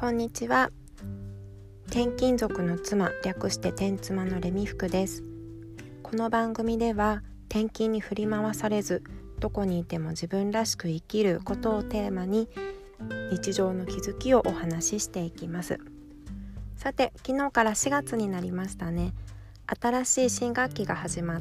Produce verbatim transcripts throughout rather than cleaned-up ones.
こんにちは。転勤族の妻、略して転妻のレミフクです。この番組では転勤に振り回されず、どこにいても自分らしく生きることをテーマに日常の気づきをお話ししていきます。さて、昨日からしがつになりましたね。新しい新学期が始まって、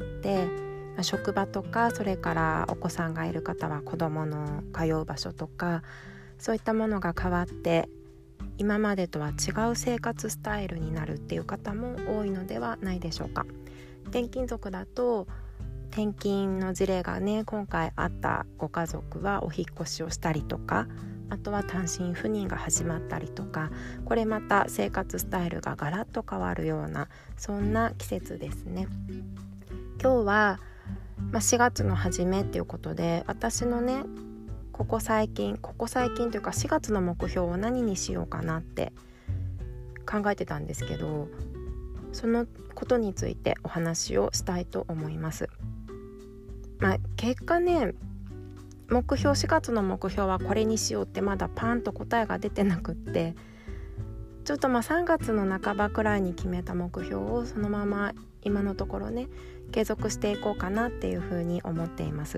職場とか、それからお子さんがいる方は子どもの通う場所とか、そういったものが変わって、今までとは違う生活スタイルになるっていう方も多いのではないでしょうか。転勤族だと転勤の事例がね、今回あったご家族はお引っ越しをしたりとか、あとは単身赴任が始まったりとか、これまた生活スタイルがガラッと変わるような、そんな季節ですね。今日は、まあ、しがつの初めっていうことで、私のねここ最近ここ最近というかしがつの目標を何にしようかなって考えてたんですけど、そのことについてお話をしたいと思います。まあ結果ね、目標しがつの目標はこれにしようってまだパンと答えが出てなくって、ちょっとまあさんがつの半ばくらいに決めた目標をそのまま今のところね継続していこうかなっていうふうに思っています。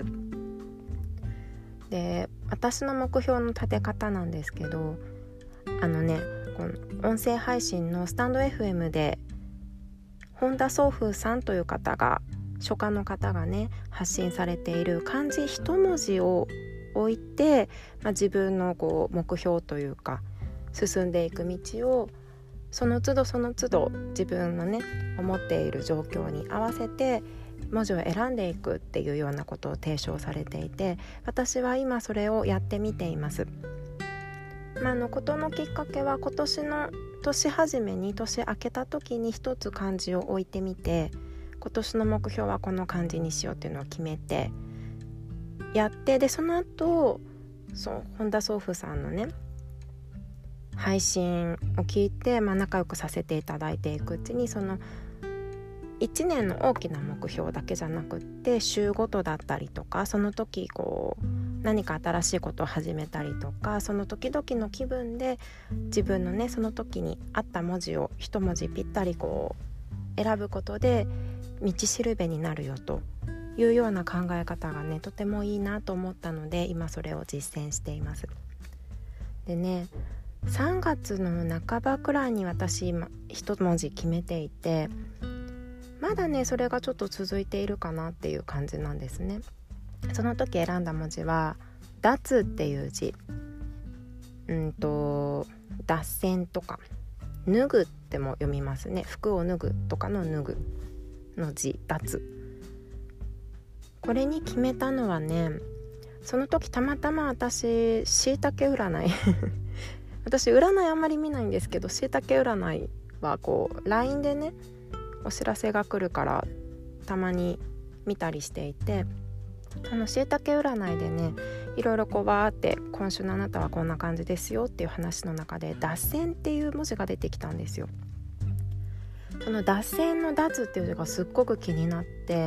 で、私の目標の立て方なんですけど、あのねこの音声配信のスタンド エフエム で本田宗風さんという方が書家の方がね発信されている漢字一文字を置いて、まあ、自分のこう目標というか進んでいく道をその都度その都度自分のね思っている状況に合わせて文字を選んでいくっていうようなことを提唱されていて、私は今それをやってみています。まあ、あのことのきっかけは今年の年始めに年明けた時に一つ漢字を置いてみて、今年の目標はこの漢字にしようっていうのを決めてやって、でその後そう本田宗風さんのね配信を聞いて、まあ、仲良くさせていただいていくうちに、そのいちねんの大きな目標だけじゃなくって週ごとだったりとか、その時こう何か新しいことを始めたりとか、その時々の気分で自分のねその時に合った文字を一文字ぴったりこう選ぶことで道しるべになるよというような考え方がねとてもいいなと思ったので、今それを実践しています。でね、さんがつの半ばくらいに私今一文字決めていて、まだねそれがちょっと続いているかなっていう感じなんですね。その時選んだ文字は脱っていう字、うんと脱線とか脱ぐっても読みますね。服を脱ぐとかの脱ぐの字、脱。これに決めたのはね、その時たまたま私しいたけ占い私占いあんまり見ないんですけど、しいたけ占いはこう ライン でねお知らせが来るからたまに見たりしていて、あのしいたけ占いでねいろいろこうバーって今週のあなたはこんな感じですよっていう話の中で脱線っていう文字が出てきたんですよ。その脱線の脱っていう字がすっごく気になって、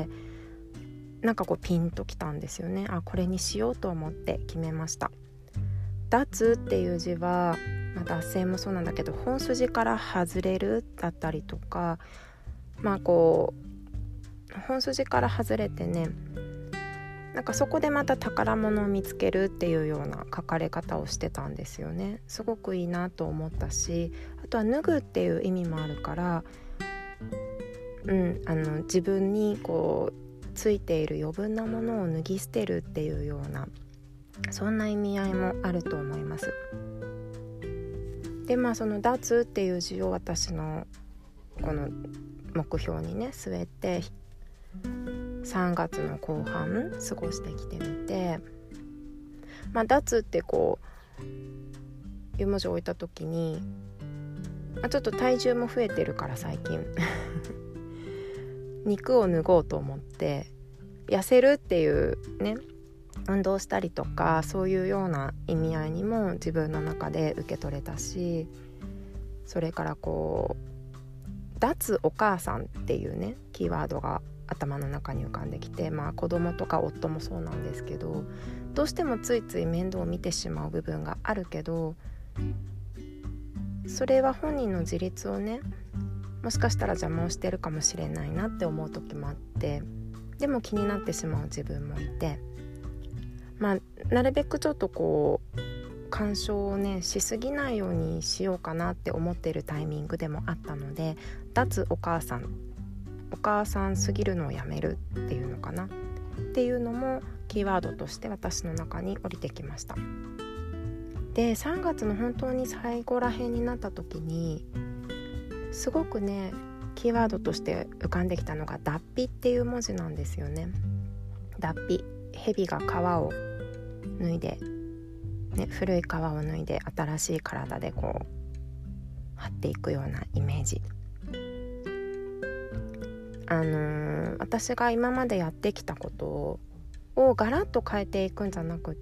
なんかこうピンときたんですよね。あ、これにしようと思って決めました。脱っていう字は、まあ、脱線もそうなんだけど本筋から外れるだったりとか、まあこう本筋から外れてね、なんかそこでまた宝物を見つけるっていうような書かれ方をしてたんですよね。すごくいいなと思ったし、あとは脱ぐっていう意味もあるから、うん、あの自分にこうついている余分なものを脱ぎ捨てるっていうような、そんな意味合いもあると思います。でまあその脱っていう字を私のこの目標にね据えてさんがつの後半過ごしてきてみて、まあ脱ってこういう文字を置いた時に、まあ、ちょっと体重も増えてるから最近肉を脱ごうと思って痩せるっていうね運動したりとか、そういうような意味合いにも自分の中で受け取れたし、それからこう脱お母さんっていうねキーワードが頭の中に浮かんできて、まあ子供とか夫もそうなんですけど、どうしてもついつい面倒を見てしまう部分があるけど、 それは本人の自立をねもしかしたら邪魔をしてるかもしれないなって思う時もあって、でも気になってしまう自分もいて、まあなるべくちょっとこう干渉をねしすぎないようにしようかなって思っているタイミングでもあったので、脱お母さんお母さんすぎるのをやめるっていうのかなっていうのもキーワードとして私の中に降りてきました。でさんがつの本当に最後らへんになった時にすごくねキーワードとして浮かんできたのが脱皮っていう文字なんですよね。脱皮、蛇が皮を脱いで、ね、古い皮を脱いで新しい体でこう張っていくようなイメージ。あのー、私が今までやってきたことをガラッと変えていくんじゃなくって、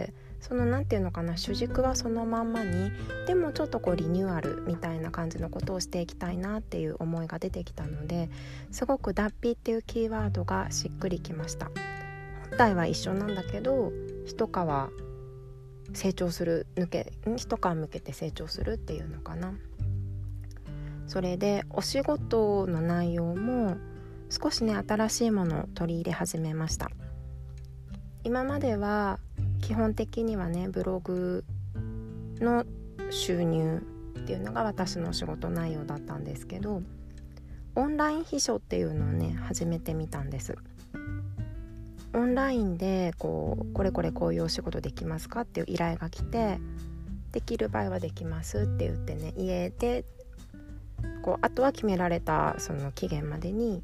そのなんていうのかな、主軸はそのまんまに、でもちょっとこうリニューアルみたいな感じのことをしていきたいなっていう思いが出てきたので、すごく脱皮っていうキーワードがしっくりきました。本体は一緒なんだけど一皮成長する抜け一皮向けて成長するっていうのかな。それでお仕事の内容も少しね新しいものを取り入れ始めました。今までは基本的にはねブログの収入っていうのが私の仕事内容だったんですけど、オンライン秘書っていうのをね始めてみたんです。オンラインでこうこれこれこういうお仕事できますかっていう依頼が来て、できる場合はできますって言ってね、家でこうあとは決められたその期限までに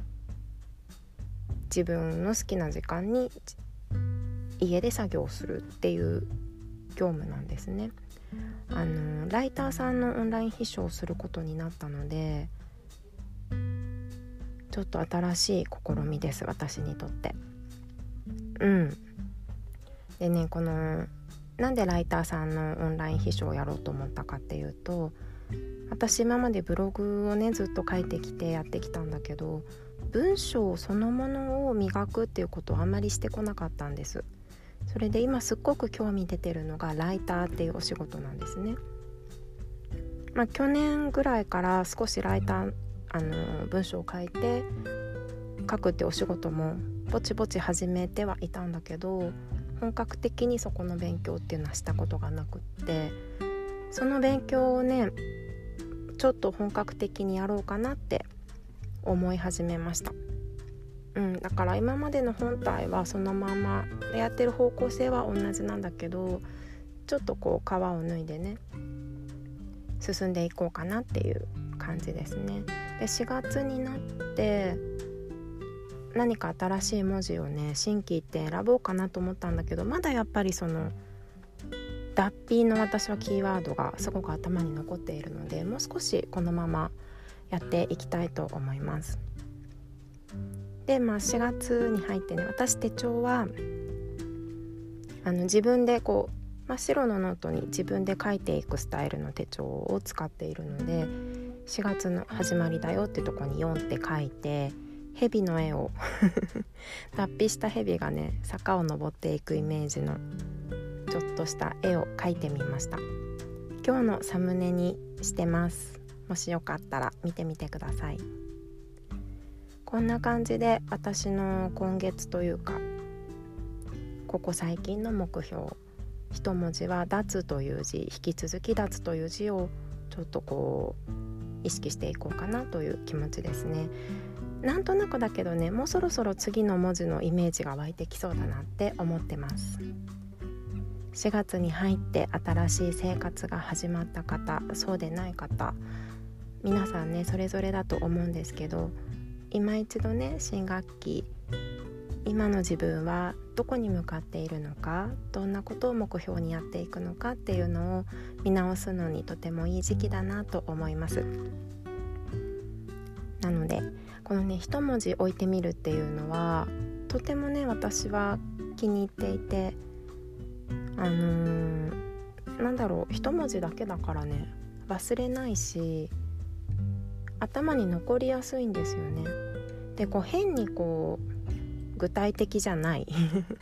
自分の好きな時間に家で作業するっていう業務なんですね。あのライターさんのオンライン秘書をすることになったので、ちょっと新しい試みです、私にとって。うんでね、このなんでライターさんのオンライン秘書をやろうと思ったかっていうと、私今までブログをねずっと書いてきてやってきたんだけど、文章そのものを磨くっていうことをあんまりしてこなかったんです。それで今すっごく興味出てるのがライターっていうお仕事なんですね。まあ去年ぐらいから少しライターあの文章を書いて書くってお仕事もぼちぼち始めてはいたんだけど、本格的にそこの勉強っていうのはしたことがなくって、その勉強をねちょっと本格的にやろうかなって思い始めました。うん、だから今までの本体はそのままやってる方向性は同じなんだけど、ちょっとこう皮を脱いでね進んでいこうかなっていう感じですね。でしがつになって何か新しい文字をね心機一転選ぼうかなと思ったんだけど、まだやっぱりその脱皮の私はキーワードがすごく頭に残っているので、もう少しこのままやっていきたいと思います。で、まあ、しがつに入ってね、私手帳はあの自分でこう真っ白のノートに自分で書いていくスタイルの手帳を使っているので、しがつの始まりだよってとこによんって書いて、蛇の絵を脱皮した蛇がね坂を登っていくイメージのちょっとした絵を描いてみました。今日のサムネにしてます。もしよかったら見てみてください。こんな感じで私の今月というかここ最近の目標、一文字は脱という字、引き続き脱という字をちょっとこう意識していこうかなという気持ちですね。なんとなくだけどね、もうそろそろ次の文字のイメージが湧いてきそうだなって思ってます。しがつに入って新しい生活が始まった方、そうでない方、皆さんねそれぞれだと思うんですけど、今一度ね新学期、今の自分はどこに向かっているのか、どんなことを目標にやっていくのかっていうのを見直すのにとてもいい時期だなと思います。なのでこのね一文字置いてみるっていうのはとてもね私は気に入っていて、あのー、なんだろう一文字だけだからね忘れないし頭に残りやすいんですよね。でこう変にこう具体的じゃない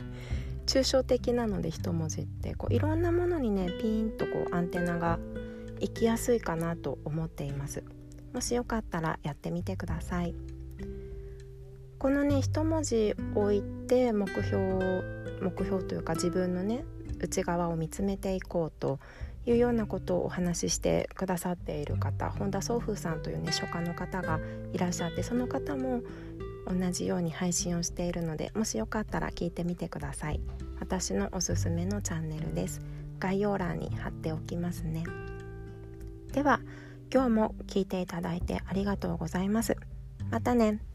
抽象的なので一文字ってこういろんなものにねピーンとこうアンテナが生きやすいかなと思っています。もしよかったらやってみてください。このね一文字置いて目標目標というか自分のね内側を見つめていこうというようなことをお話ししてくださっている方、本田宗風さんというね書家の方がいらっしゃって、その方も同じように配信をしているので、もしよかったら聞いてみてください。私のおすすめのチャンネルです。概要欄に貼っておきますね。では今日も聞いていただいてありがとうございます。またね。